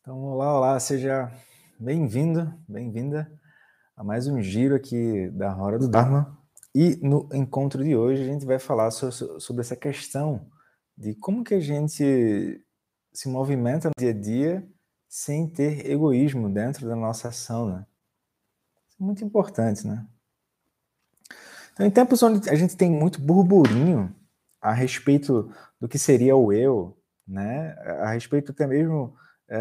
Então, olá, seja bem-vindo, bem-vinda a mais um giro aqui da Hora do Dharma. E no encontro de hoje a gente vai falar sobre essa questão de como que a gente se movimenta no dia a dia sem ter egoísmo dentro da nossa ação, né? Isso é muito importante, né? Então, em tempos onde a gente tem muito burburinho a respeito do que seria o eu, né? A respeito até mesmo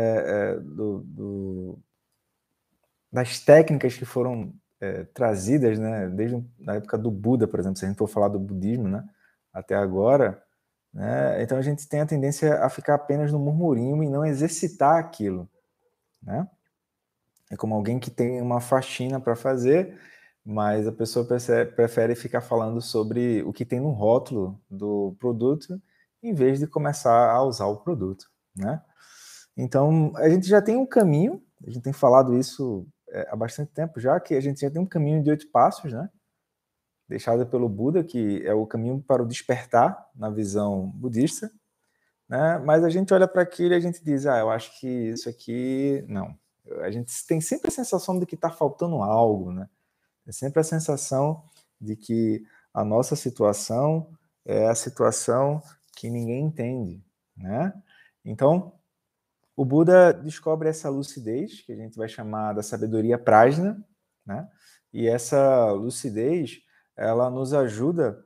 das técnicas que foram trazidas, né, desde a época do Buda, por exemplo, se a gente for falar do budismo, né, até agora, né, então a gente tem a tendência a ficar apenas no murmurinho e não exercitar aquilo, né? É como alguém que tem uma faxina para fazer, mas a pessoa prefere ficar falando sobre o que tem no rótulo do produto, em vez de começar a usar o produto, né? Então, a gente já tem um caminho, a gente tem falado isso há bastante tempo já, que a gente já tem um caminho de 8 passos, né? Deixado pelo Buda, que é o caminho para o despertar na visão budista, né? Mas a gente olha para aquilo e a gente diz, eu acho que isso aqui, não. A gente tem sempre a sensação de que está faltando algo, né? É sempre a sensação de que a nossa situação é a situação que ninguém entende, né? Então, o Buda descobre essa lucidez, que a gente vai chamar da sabedoria prajna, né? E essa lucidez, ela nos ajuda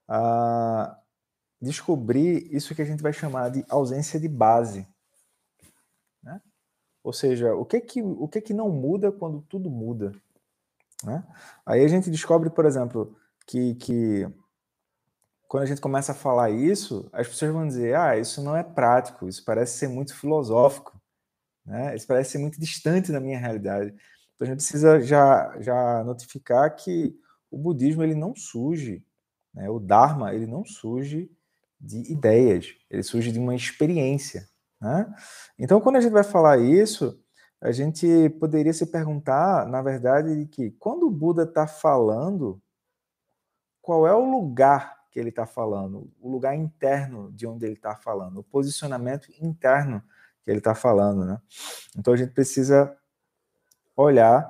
a descobrir isso que a gente vai chamar de ausência de base, né? Ou seja, o que não muda quando tudo muda, né? Aí a gente descobre, por exemplo, que quando a gente começa a falar isso, as pessoas vão dizer, isso não é prático, isso parece ser muito filosófico, né? Isso parece ser muito distante da minha realidade. Então a gente precisa já notificar que o budismo ele não surge, né? O Dharma ele não surge de ideias, ele surge de uma experiência, né? Então quando a gente vai falar isso, a gente poderia se perguntar, na verdade, de que quando o Buda está falando, qual é o lugar que ele está falando, o lugar interno de onde ele está falando, o posicionamento interno que ele está falando, né? Então a gente precisa olhar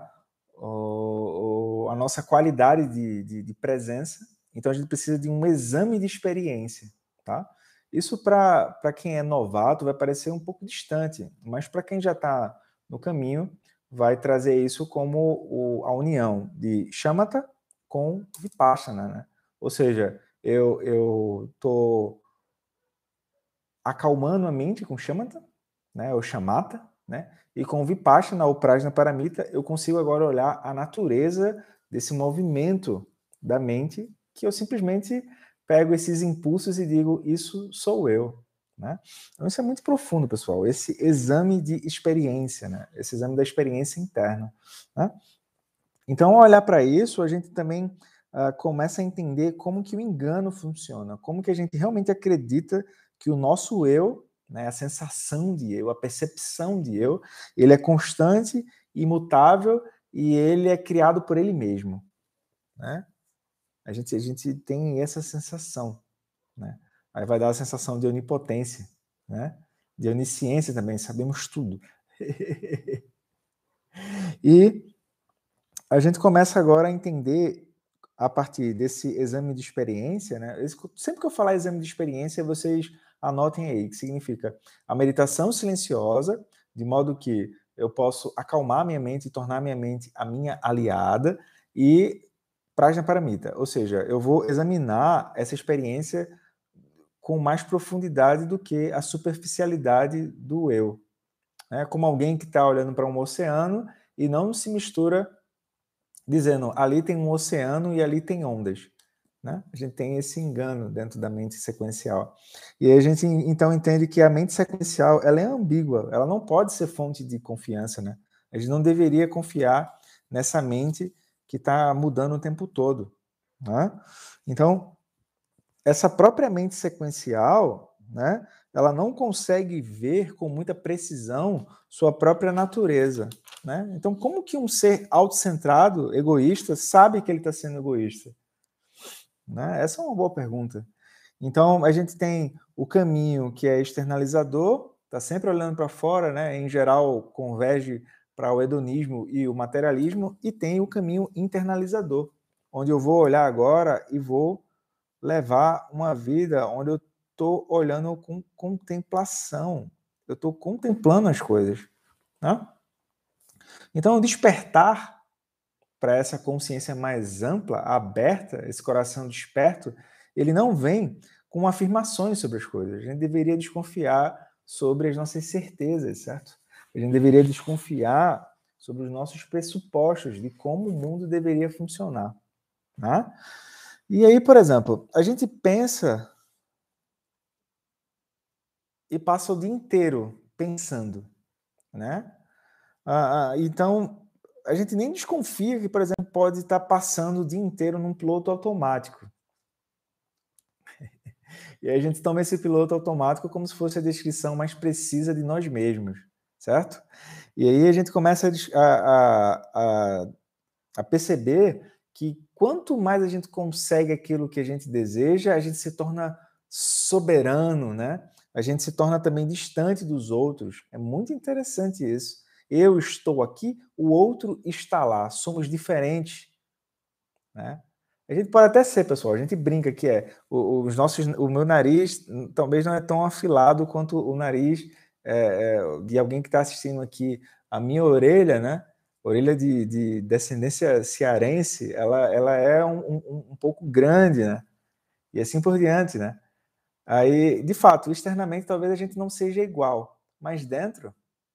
a nossa qualidade de presença. Então a gente precisa de um exame de experiência, tá? Isso para quem é novato vai parecer um pouco distante, mas para quem já está no caminho vai trazer isso como a união de shamatha com vipassana, né? Ou seja, eu estou acalmando a mente com shamatha, né, ou shamatha, né, e com o vipassana, ou prajna paramita, eu consigo agora olhar a natureza desse movimento da mente, que eu simplesmente pego esses impulsos e digo, isso sou eu, né? Então isso é muito profundo, pessoal, esse exame de experiência, né, esse exame da experiência interna, né? Então, ao olhar para isso, a gente também começa a entender como que o engano funciona, como que a gente realmente acredita que o nosso eu, né, a sensação de eu, a percepção de eu, ele é constante, imutável e ele é criado por ele mesmo, né? A gente tem essa sensação, né? Aí vai dar a sensação de onipotência, né? De onisciência também, sabemos tudo. E a gente começa agora a entender, a partir desse exame de experiência, né? Sempre que eu falar exame de experiência, vocês anotem aí, que significa a meditação silenciosa, de modo que eu posso acalmar minha mente e tornar minha mente a minha aliada, e Prajnaparamita, ou seja, eu vou examinar essa experiência com mais profundidade do que a superficialidade do eu, né? Como alguém que está olhando para um oceano e não se mistura dizendo ali tem um oceano e ali tem ondas, né? A gente tem esse engano dentro da mente sequencial. E aí a gente então entende que a mente sequencial ela é ambígua, ela não pode ser fonte de confiança, né? A gente não deveria confiar nessa mente que está mudando o tempo todo, né? Então, essa própria mente sequencial, né, ela não consegue ver com muita precisão sua própria natureza, né? Então, como que um ser autocentrado, egoísta, sabe que ele está sendo egoísta? Né? Essa é uma boa pergunta. Então, a gente tem o caminho que é externalizador está sempre olhando para fora, né? Em geral, converge para o hedonismo e o materialismo, e tem o caminho internalizador, onde eu vou olhar agora e vou levar uma vida onde eu estou olhando com contemplação, eu estou contemplando as coisas, né? Então, despertar para essa consciência mais ampla, aberta, esse coração desperto, ele não vem com afirmações sobre as coisas. A gente deveria desconfiar sobre as nossas certezas, certo? A gente deveria desconfiar sobre os nossos pressupostos de como o mundo deveria funcionar, né? E aí, por exemplo, a gente pensa e passa o dia inteiro pensando, né? Então, a gente nem desconfia que, por exemplo, pode estar passando o dia inteiro num piloto automático. E aí a gente toma esse piloto automático como se fosse a descrição mais precisa de nós mesmos, certo? E aí a gente começa a perceber que quanto mais a gente consegue aquilo que a gente deseja, a gente se torna soberano, né? A gente se torna também distante dos outros. É muito interessante isso. Eu estou aqui, o outro está lá. Somos diferentes, né? A gente pode até ser, pessoal. A gente brinca que o meu nariz talvez não é tão afilado quanto o nariz de alguém que está assistindo aqui. A minha orelha, né? Orelha de descendência cearense, ela é um pouco grande, né? E assim por diante, né? Aí, de fato, externamente talvez a gente não seja igual, mas dentro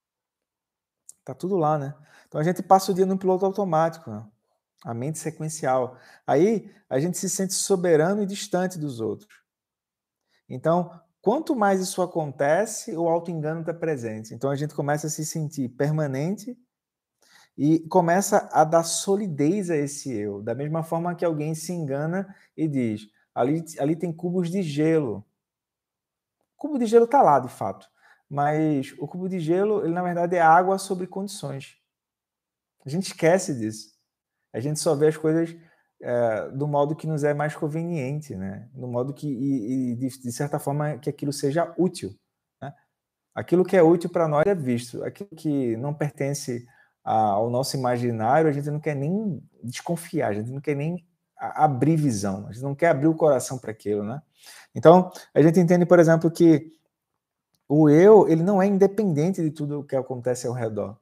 tá tudo lá, né? Então a gente passa o dia no piloto automático, né? A mente sequencial. Aí a gente se sente soberano e distante dos outros. Então, quanto mais isso acontece, o auto-engano está presente. Então a gente começa a se sentir permanente e começa a dar solidez a esse eu. Da mesma forma que alguém se engana e diz: ali tem cubos de gelo. O cubo de gelo está lá, de fato. Mas o cubo de gelo, ele na verdade é água sobre condições. A gente esquece disso. A gente só vê as coisas do modo que nos é mais conveniente, né? No modo que, de certa forma, que aquilo seja útil, né? Aquilo que é útil para nós é visto. Aquilo que não pertence ao nosso imaginário, a gente não quer nem desconfiar, a gente não quer nem abrir visão, a gente não quer abrir o coração para aquilo, né? Então, a gente entende, por exemplo, que o eu, ele não é independente de tudo o que acontece ao redor.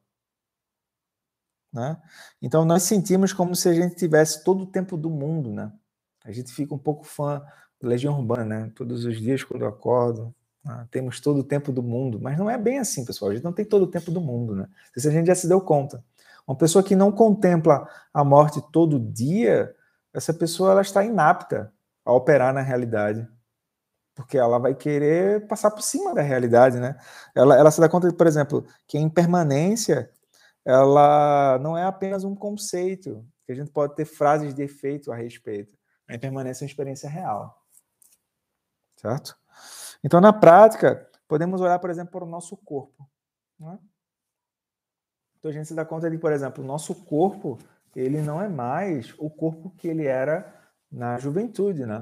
Né? Então nós sentimos como se a gente tivesse todo o tempo do mundo, né? A gente fica um pouco fã da Legião Urbana, né? Todos os dias quando eu acordo, né? Temos todo o tempo do mundo, mas não é bem assim, pessoal. A gente não tem todo o tempo do mundo, né? Isso a gente já se deu conta. Uma pessoa que não contempla a morte todo dia, essa pessoa ela está inapta a operar na realidade, porque ela vai querer passar por cima da realidade, né? Ela se dá conta, por exemplo, que a impermanência ela não é apenas um conceito, que a gente pode ter frases de efeito a respeito. A impermanência é uma experiência real, certo? Então, na prática, podemos olhar, por exemplo, para o nosso corpo. Né? Então, a gente se dá conta de, por exemplo, o nosso corpo, ele não é mais o corpo que ele era na juventude, né?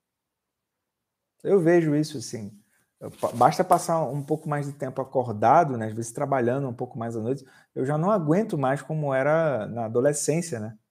Eu vejo isso, assim. Basta passar um pouco mais de tempo acordado, né? Às vezes trabalhando um pouco mais à noite, eu já não aguento mais como era na adolescência, né?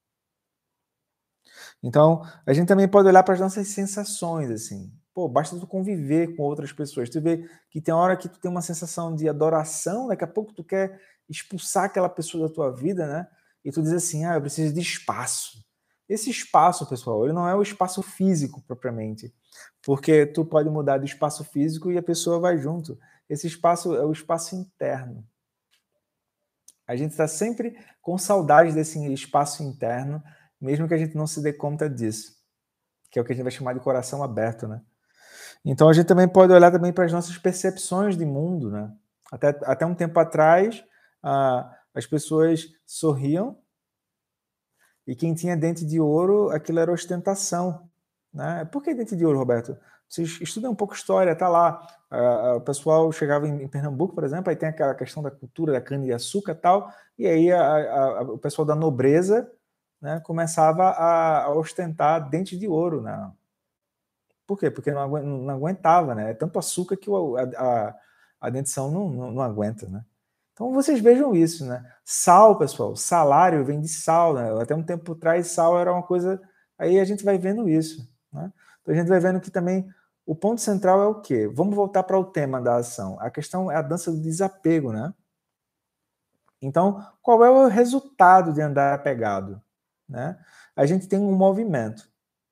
Então, a gente também pode olhar para as nossas sensações, assim. Pô, basta tu conviver com outras pessoas. Tu vê que tem hora que tu tem uma sensação de adoração, daqui a pouco tu quer expulsar aquela pessoa da tua vida, né? E tu diz assim, eu preciso de espaço. Esse espaço, pessoal, ele não é o espaço físico propriamente, porque tu pode mudar de espaço físico e a pessoa vai junto. Esse espaço é o espaço interno. A gente está sempre com saudade desse espaço interno, mesmo que a gente não se dê conta disso, que é o que a gente vai chamar de coração aberto, né? Então a gente também pode olhar também para as nossas percepções de mundo, né? Até um tempo atrás, as pessoas sorriam e quem tinha dente de ouro, aquilo era ostentação, né? Por que dente de ouro, Roberto? Vocês estudam um pouco história, tá lá. O pessoal chegava em Pernambuco, por exemplo, aí tem aquela questão da cultura da cana-de-açúcar e tal, e aí o pessoal da nobreza, né, começava a ostentar dentes de ouro, né? Por quê? Porque não aguentava, né? É tanto açúcar que a dentição não aguenta, né? Então vocês vejam isso, né? Sal, pessoal, salário vem de sal, né? Até um tempo atrás sal era uma coisa, aí a gente vai vendo isso, né? Então a gente vai vendo que também o ponto central é o quê? Vamos voltar para o tema da ação. A questão é a dança do desapego, né? Então, qual é o resultado de andar apegado, né? A gente tem um movimento.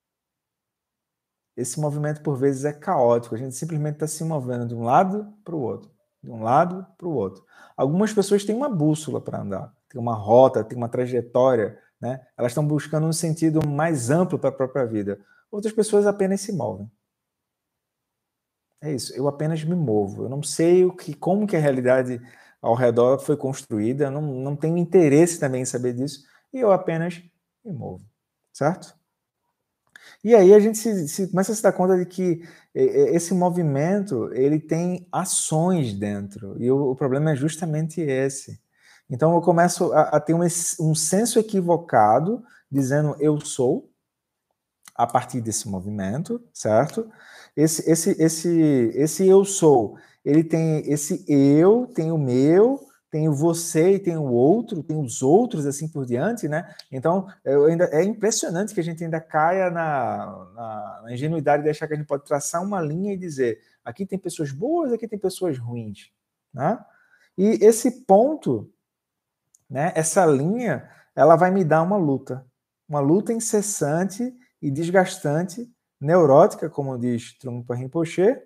Esse movimento, por vezes, é caótico. A gente simplesmente está se movendo de um lado para o outro, de um lado para o outro. Algumas pessoas têm uma bússola para andar, tem uma rota, tem uma trajetória, né? Elas estão buscando um sentido mais amplo para a própria vida. Outras pessoas apenas se movem. É isso, eu apenas me movo. Eu não sei como que a realidade ao redor foi construída, eu não tenho interesse também em saber disso, e eu apenas me movo, certo? E aí a gente começa a se dar conta de que esse movimento ele tem ações dentro, e o problema é justamente esse. Então eu começo a ter um senso equivocado, dizendo eu sou, a partir desse movimento, certo? Esse eu sou, ele tem esse eu, tem o meu, tem o você e tem o outro, tem os outros, assim por diante, né? Então, é impressionante que a gente ainda caia na ingenuidade de achar que a gente pode traçar uma linha e dizer aqui tem pessoas boas, aqui tem pessoas ruins, né? E esse ponto, né, essa linha, ela vai me dar uma luta incessante e desgastante, neurótica, como diz Trungpa Rinpoche,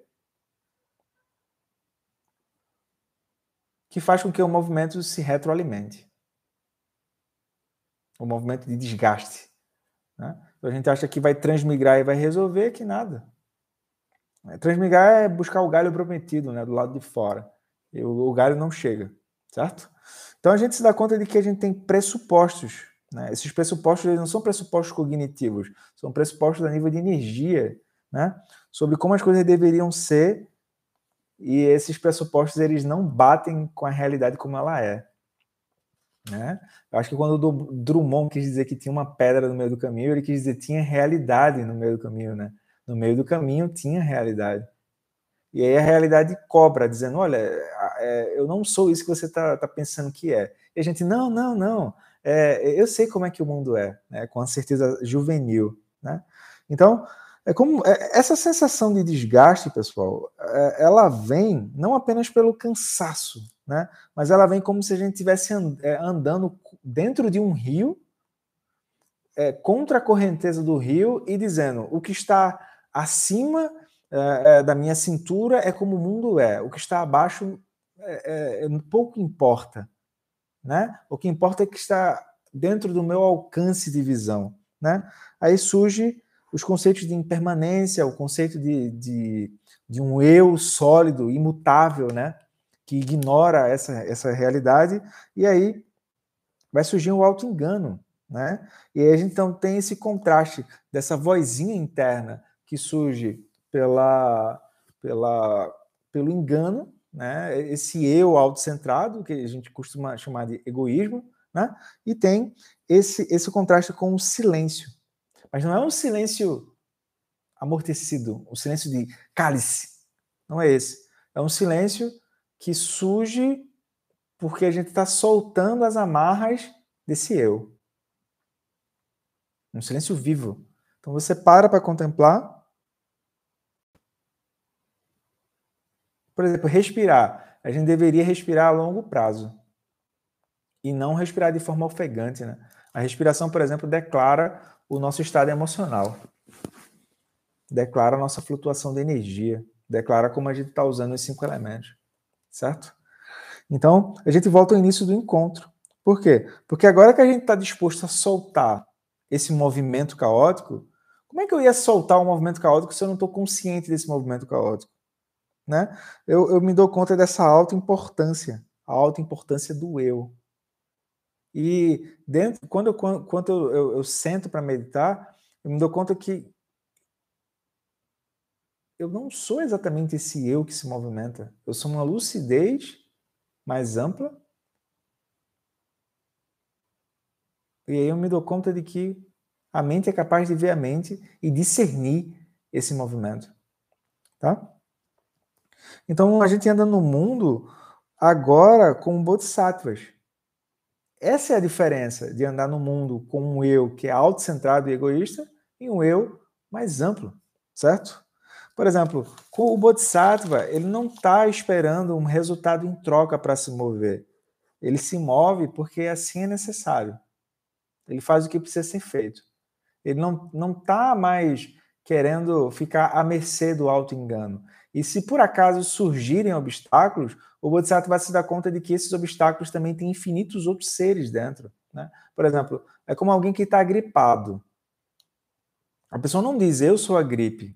que faz com que o movimento se retroalimente. O movimento de desgaste. Né? Então a gente acha que vai transmigrar e vai resolver, que nada. Transmigrar é buscar o galho prometido, né, do lado de fora. E o galho não chega, certo? Então a gente se dá conta de que a gente tem pressupostos. Né? Esses pressupostos eles não são pressupostos cognitivos, são pressupostos a nível de energia, né? Sobre como as coisas deveriam ser, e esses pressupostos eles não batem com a realidade como ela é. Né? Eu acho que quando o Drummond quis dizer que tinha uma pedra no meio do caminho, ele quis dizer que tinha realidade no meio do caminho. Né? No meio do caminho tinha realidade. E aí a realidade cobra, dizendo, olha, eu não sou isso que você está pensando que é. E a gente, não. Eu sei como é que o mundo é, né? Com a certeza juvenil. Né? Então, essa sensação de desgaste, pessoal, ela vem não apenas pelo cansaço, né? Mas ela vem como se a gente estivesse andando dentro de um rio, contra a correnteza do rio e dizendo, o que está acima da minha cintura é como o mundo é, o que está abaixo pouco importa, né? O que importa é que está dentro do meu alcance de visão, né? Aí surge os conceitos de impermanência, o conceito de um eu sólido, imutável, né? Que ignora essa realidade, e aí vai surgir um auto-engano, né? E aí a gente então tem esse contraste dessa vozinha interna que surge pelo engano, né? Esse eu autocentrado, que a gente costuma chamar de egoísmo, né? E tem esse contraste com o silêncio. Mas não é um silêncio amortecido, um silêncio de cálice. Não é esse. É um silêncio que surge porque a gente está soltando as amarras desse eu. Um silêncio vivo. Então você para contemplar. Por exemplo, respirar. A gente deveria respirar a longo prazo. E não respirar de forma ofegante. Né? A respiração, por exemplo, declara o nosso estado emocional. Declara a nossa flutuação de energia. Declara como a gente está usando os 5 elementos. Certo? Então, a gente volta ao início do encontro. Por quê? Porque agora que a gente está disposto a soltar esse movimento caótico, como é que eu ia soltar um movimento caótico se eu não estou consciente desse movimento caótico? Né? Eu me dou conta dessa autoimportância, a autoimportância do eu. E quando eu sento para meditar, eu me dou conta que eu não sou exatamente esse eu que se movimenta. Eu sou uma lucidez mais ampla. E aí eu me dou conta de que a mente é capaz de ver a mente e discernir esse movimento. Tá? Então a gente anda no mundo agora com bodhisattvas. Essa é a diferença de andar no mundo com um eu que é autocentrado e egoísta e um eu mais amplo, certo? Por exemplo, o bodhisattva, ele não está esperando um resultado em troca para se mover. Ele se move porque assim é necessário. Ele faz o que precisa ser feito. Ele não está mais querendo ficar à mercê do auto-engano. E se por acaso surgirem obstáculos, o Bodhisattva vai se dar conta de que esses obstáculos também têm infinitos outros seres dentro. Né? Por exemplo, é como alguém que está gripado. A pessoa não diz, eu sou a gripe.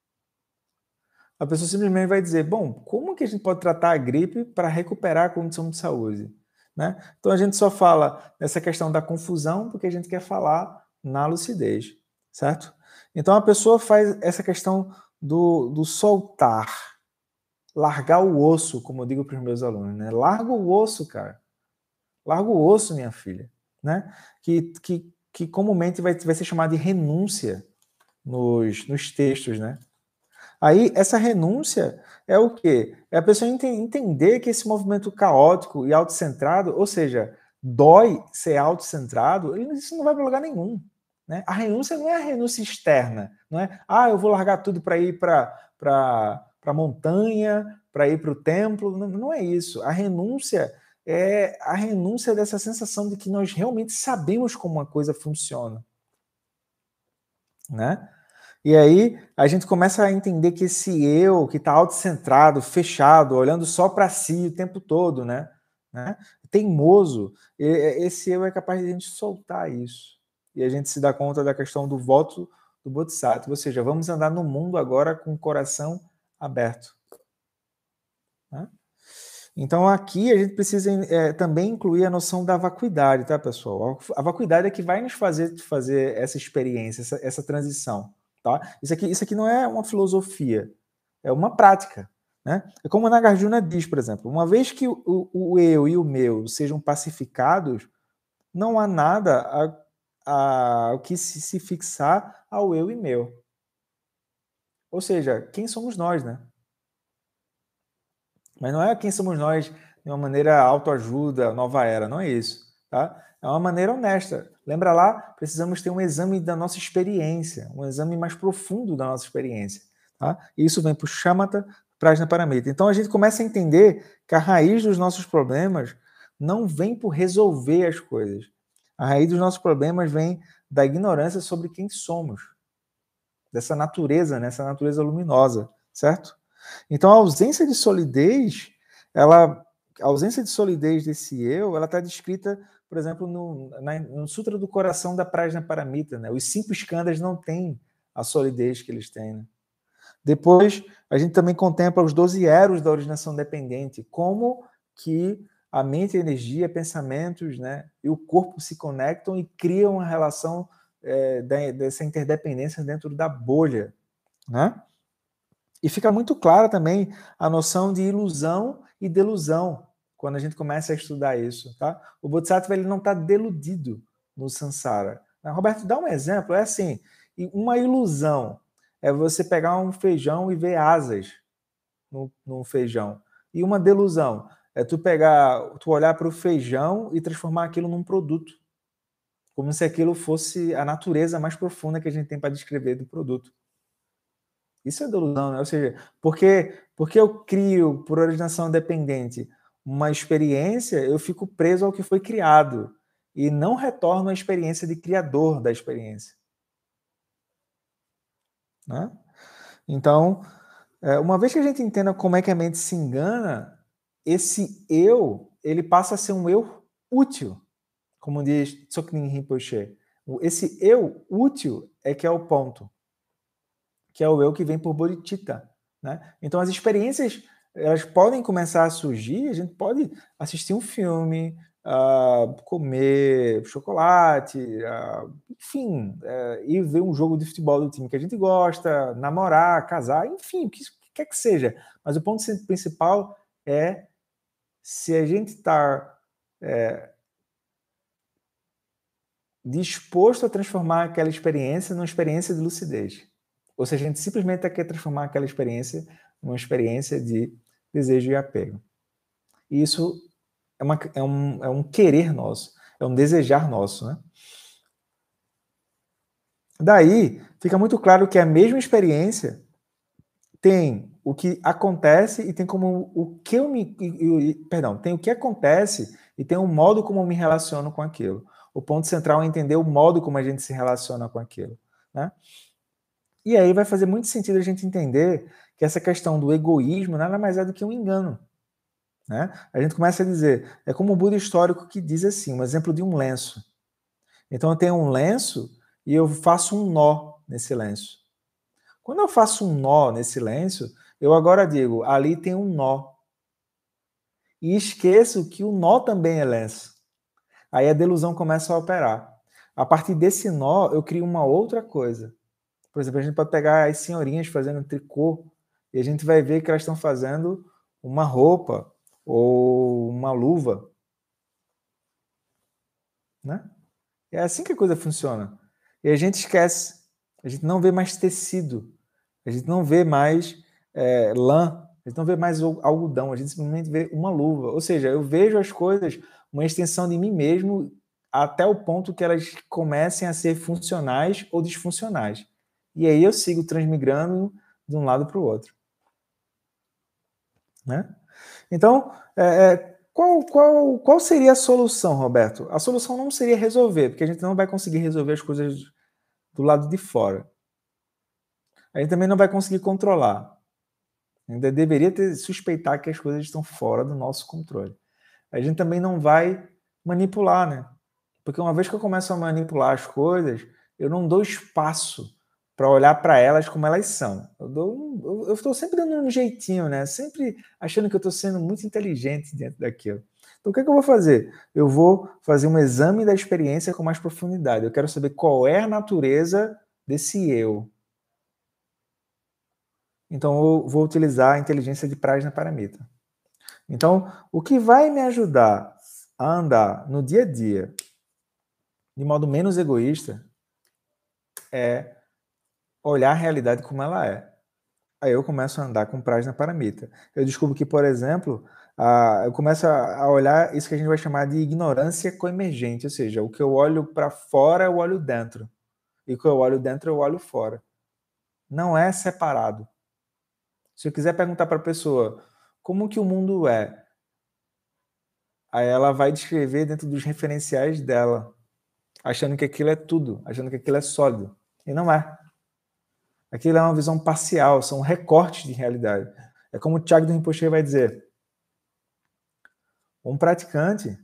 A pessoa simplesmente vai dizer, bom, como que a gente pode tratar a gripe para recuperar a condição de saúde? Né? Então a gente só fala nessa questão da confusão porque a gente quer falar na lucidez, certo? Então a pessoa faz essa questão do soltar, largar o osso, como eu digo para os meus alunos, né? Larga o osso, cara. Larga o osso, minha filha. Né? Que comumente vai ser chamado de renúncia nos textos, né? Aí, essa renúncia é o quê? É a pessoa entender que esse movimento caótico e autocentrado, ou seja, dói ser autocentrado, isso não vai para lugar nenhum. Né? A renúncia não é a renúncia externa, não é, eu vou largar tudo para ir para a montanha, para ir para o templo, não é isso. A renúncia é a renúncia dessa sensação de que nós realmente sabemos como uma coisa funciona. Né? E aí a gente começa a entender que esse eu que está autocentrado, fechado, olhando só para si o tempo todo, né? Teimoso, esse eu é capaz de a gente soltar isso. E a gente se dá conta da questão do voto do Bodhisattva, ou seja, vamos andar no mundo agora com o coração aberto. Né? Então aqui a gente precisa também incluir a noção da vacuidade, tá, pessoal? A vacuidade é que vai nos fazer essa experiência, essa transição. Tá? Isso aqui não é uma filosofia, é uma prática. Né? É como o Nagarjuna diz, por exemplo, uma vez que o eu e o meu sejam pacificados, não há nada a que se fixar ao eu e meu. Ou seja, quem somos nós, né? Mas não é quem somos nós de uma maneira autoajuda, nova era, não é isso. Tá? É uma maneira honesta. Lembra lá, precisamos ter um exame da nossa experiência, um exame mais profundo da nossa experiência. Tá? E isso vem para o Shamatha, Prajna Paramita. Então a gente começa a entender que a raiz dos nossos problemas não vem por resolver as coisas. A raiz dos nossos problemas vem da ignorância sobre quem somos, dessa natureza, né? Essa natureza luminosa, certo? Então a ausência de solidez, a ausência de solidez desse eu, ela está descrita, por exemplo, no Sutra do Coração da Prajna Paramita, né? Os 5 skandhas não têm a solidez que eles têm. Né? Depois, a gente também contempla os 12 eros da originação dependente, como que a mente, a energia, pensamentos, né, e o corpo se conectam e criam uma relação dessa interdependência dentro da bolha. Né? E fica muito clara também a noção de ilusão e delusão quando a gente começa a estudar isso. Tá? O Bodhisattva ele não está deludido no samsara. Roberto, dá um exemplo. É assim, uma ilusão é você pegar um feijão e ver asas no feijão. E uma delusão é tu olhar para o feijão e transformar aquilo num produto. Como se aquilo fosse a natureza mais profunda que a gente tem para descrever do produto. Isso é delusão, né? Ou seja, porque eu crio, por originação dependente, uma experiência, eu fico preso ao que foi criado e não retorno à experiência de criador da experiência. Né? Então, uma vez que a gente entenda como é que a mente se engana, esse eu, ele passa a ser um eu útil, como diz Tsoknyi Rinpoche. Esse eu útil é que é o ponto, que é o eu que vem por bodhicitta. Né? Então, as experiências elas podem começar a surgir, a gente pode assistir um filme, comer chocolate, enfim, ir ver um jogo de futebol do time que a gente gosta, namorar, casar, enfim, o que quer que seja. Mas o ponto principal é se a gente está disposto a transformar aquela experiência numa experiência de lucidez. Ou se a gente simplesmente quer transformar aquela experiência uma experiência de desejo e apego. E isso é um querer nosso, é um desejar nosso, né? Daí, fica muito claro que a mesma experiência tem o que acontece e tem como o que eu me... Perdão, tem o que acontece e tem o modo como eu me relaciono com aquilo. O ponto central é entender o modo como a gente se relaciona com aquilo, né? E aí vai fazer muito sentido a gente entender que essa questão do egoísmo nada mais é do que um engano, né? A gente começa a dizer, é como o Buda histórico que diz assim, um exemplo de um lenço. Então eu tenho um lenço e eu faço um nó nesse lenço. Quando eu faço um nó nesse lenço, eu agora digo, ali tem um nó. E esqueço que o nó também é lenço. Aí a delusão começa a operar. A partir desse nó, eu crio uma outra coisa. Por exemplo, a gente pode pegar as senhorinhas fazendo tricô e a gente vai ver que elas estão fazendo uma roupa ou uma luva, né? É assim que a coisa funciona. E a gente esquece. A gente não vê mais tecido. A gente não vê mais lã. A gente não vê mais algodão. A gente simplesmente vê uma luva. Ou seja, eu vejo as coisas uma extensão de mim mesmo até o ponto que elas comecem a ser funcionais ou disfuncionais. E aí eu sigo transmigrando de um lado para o outro. Né? Então, qual seria a solução, Roberto? A solução não seria resolver, porque a gente não vai conseguir resolver as coisas do lado de fora. A gente também não vai conseguir controlar. Ainda deveria suspeitar que as coisas estão fora do nosso controle. A gente também não vai manipular, né? Porque uma vez que eu começo a manipular as coisas, eu não dou espaço para olhar para elas como elas são. Eu estou sempre dando um jeitinho, né? Sempre achando que eu estou sendo muito inteligente dentro daquilo. Então, o que é que eu vou fazer? Eu vou fazer um exame da experiência com mais profundidade. Eu quero saber qual é a natureza desse eu. Então, eu vou utilizar a inteligência de Prajnaparamita. Então, o que vai me ajudar a andar no dia a dia de modo menos egoísta é olhar a realidade como ela é. Aí eu começo a andar com Prajnaparamita. Eu descubro que, por exemplo, eu começo a olhar isso que a gente vai chamar de ignorância coemergente, ou seja, o que eu olho para fora, eu olho dentro. E o que eu olho dentro, eu olho fora. Não é separado. Se eu quiser perguntar para a pessoa como que o mundo é, aí ela vai descrever dentro dos referenciais dela, achando que aquilo é tudo, achando que aquilo é sólido. E não é. Aquilo é uma visão parcial, são recortes de realidade. É como o Thiago do Rinpoche vai dizer. Um praticante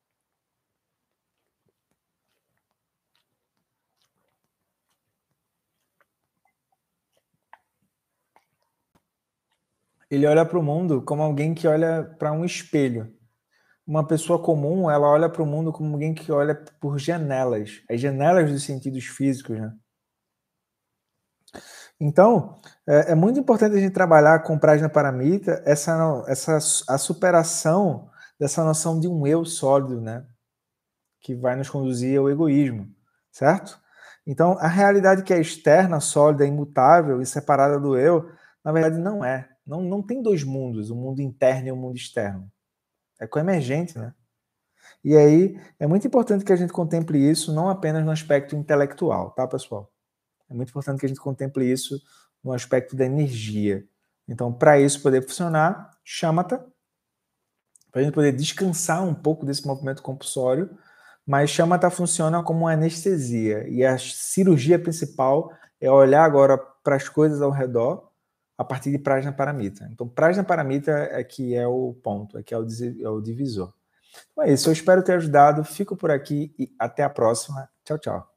ele olha para o mundo como alguém que olha para um espelho. Uma pessoa comum, ela olha para o mundo como alguém que olha por janelas, as janelas dos sentidos físicos, né? Então, é muito importante a gente trabalhar com Prajnaparamita a superação dessa noção de um eu sólido, né? Que vai nos conduzir ao egoísmo, certo? Então, a realidade que é externa, sólida, imutável e separada do eu, na verdade não é. Não tem dois mundos, o mundo interno e o mundo externo. É coemergente, né? E aí, é muito importante que a gente contemple isso não apenas no aspecto intelectual, tá, pessoal? É muito importante que a gente contemple isso no aspecto da energia. Então, para isso poder funcionar, shamatha, para a gente poder descansar um pouco desse movimento compulsório, mas shamatha funciona como uma anestesia. E a cirurgia principal é olhar agora para as coisas ao redor a partir de Prajnaparamita. Então, Prajnaparamita é que é o ponto, é que é o divisor. Então é isso, eu espero ter ajudado. Fico por aqui e até a próxima. Tchau, tchau.